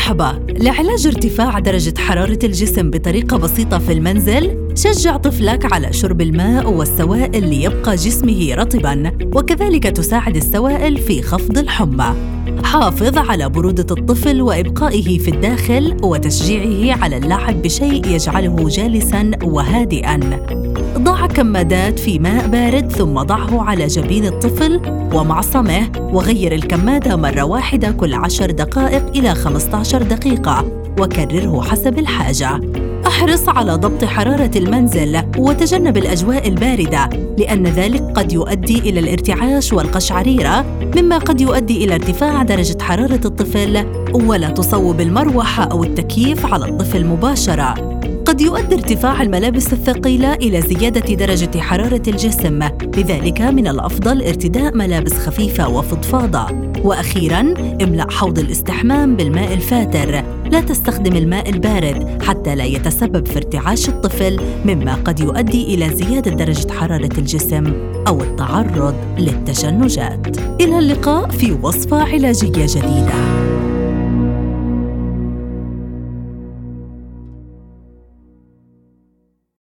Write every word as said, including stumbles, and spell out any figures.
مرحبا، لعلاج ارتفاع درجة حرارة الجسم بطريقة بسيطة في المنزل، شجع طفلك على شرب الماء والسوائل ليبقى جسمه رطباً، وكذلك تساعد السوائل في خفض الحمى. حافظ على برودة الطفل وإبقائه في الداخل وتشجيعه على اللعب بشيء يجعله جالساً وهادئاً. ضع كمادات في ماء بارد ثم ضعه على جبين الطفل ومعصمه، وغير الكمادة مرة واحدة كل عشر دقائق إلى خمسة عشر دقيقة، وكرره حسب الحاجة. احرص على ضبط حرارة المنزل وتجنب الأجواء الباردة، لأن ذلك قد يؤدي إلى الارتعاش والقشعريرة، مما قد يؤدي إلى ارتفاع درجة حرارة الطفل. ولا تصوب المروحة أو التكييف على الطفل مباشرة. قد يؤدي ارتفاع الملابس الثقيلة إلى زيادة درجة حرارة الجسم، لذلك من الأفضل ارتداء ملابس خفيفة وفضفاضة. وأخيراً، املأ حوض الاستحمام بالماء الفاتر. لا تستخدم الماء البارد حتى لا يتسبب في ارتعاش الطفل، مما قد يؤدي إلى زيادة درجة حرارة الجسم أو التعرض للتشنجات. إلى اللقاء في وصفة علاجية جديدة.